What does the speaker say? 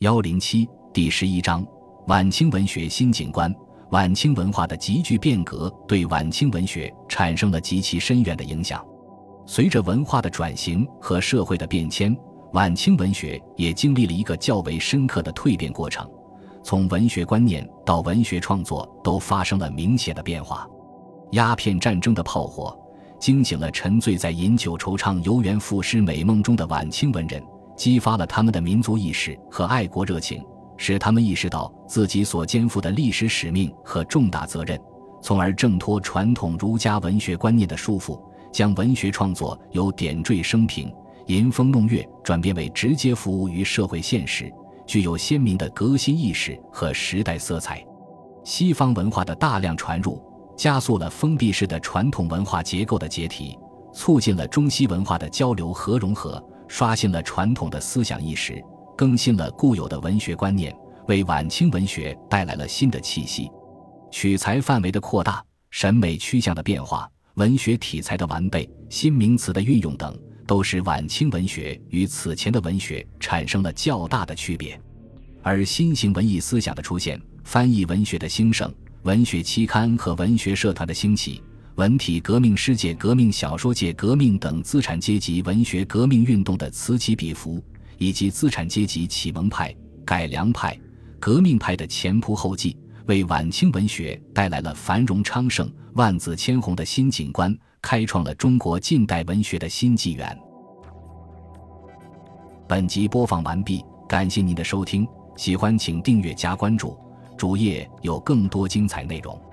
107第11章晚清文学新景观。晚清文化的急剧变革对晚清文学产生了极其深远的影响。随着文化的转型和社会的变迁，晚清文学也经历了一个较为深刻的蜕变过程，从文学观念到文学创作都发生了明显的变化。鸦片战争的炮火惊醒了沉醉在饮酒惆怅游园赋诗美梦中的晚清文人，激发了他们的民族意识和爱国热情，使他们意识到自己所肩负的历史使命和重大责任，从而挣脱传统儒家文学观念的束缚，将文学创作由点缀生平、吟风弄月转变为直接服务于社会现实，具有鲜明的革新意识和时代色彩。西方文化的大量传入加速了封闭式的传统文化结构的解体，促进了中西文化的交流和融合，刷新了传统的思想意识，更新了固有的文学观念，为晚清文学带来了新的气息。取材范围的扩大、审美趋向的变化、文学题材的完备、新名词的运用等，都使晚清文学与此前的文学产生了较大的区别。而新型文艺思想的出现、翻译文学的兴盛、文学期刊和文学社团的兴起、文体革命、世界革命、小说界革命等资产阶级文学革命运动的此起彼伏，以及资产阶级启蒙派、改良派、革命派的前仆后继，为晚清文学带来了繁荣昌盛、万紫千红的新景观，开创了中国近代文学的新纪元。本集播放完毕，感谢您的收听，喜欢请订阅加关注，主页有更多精彩内容。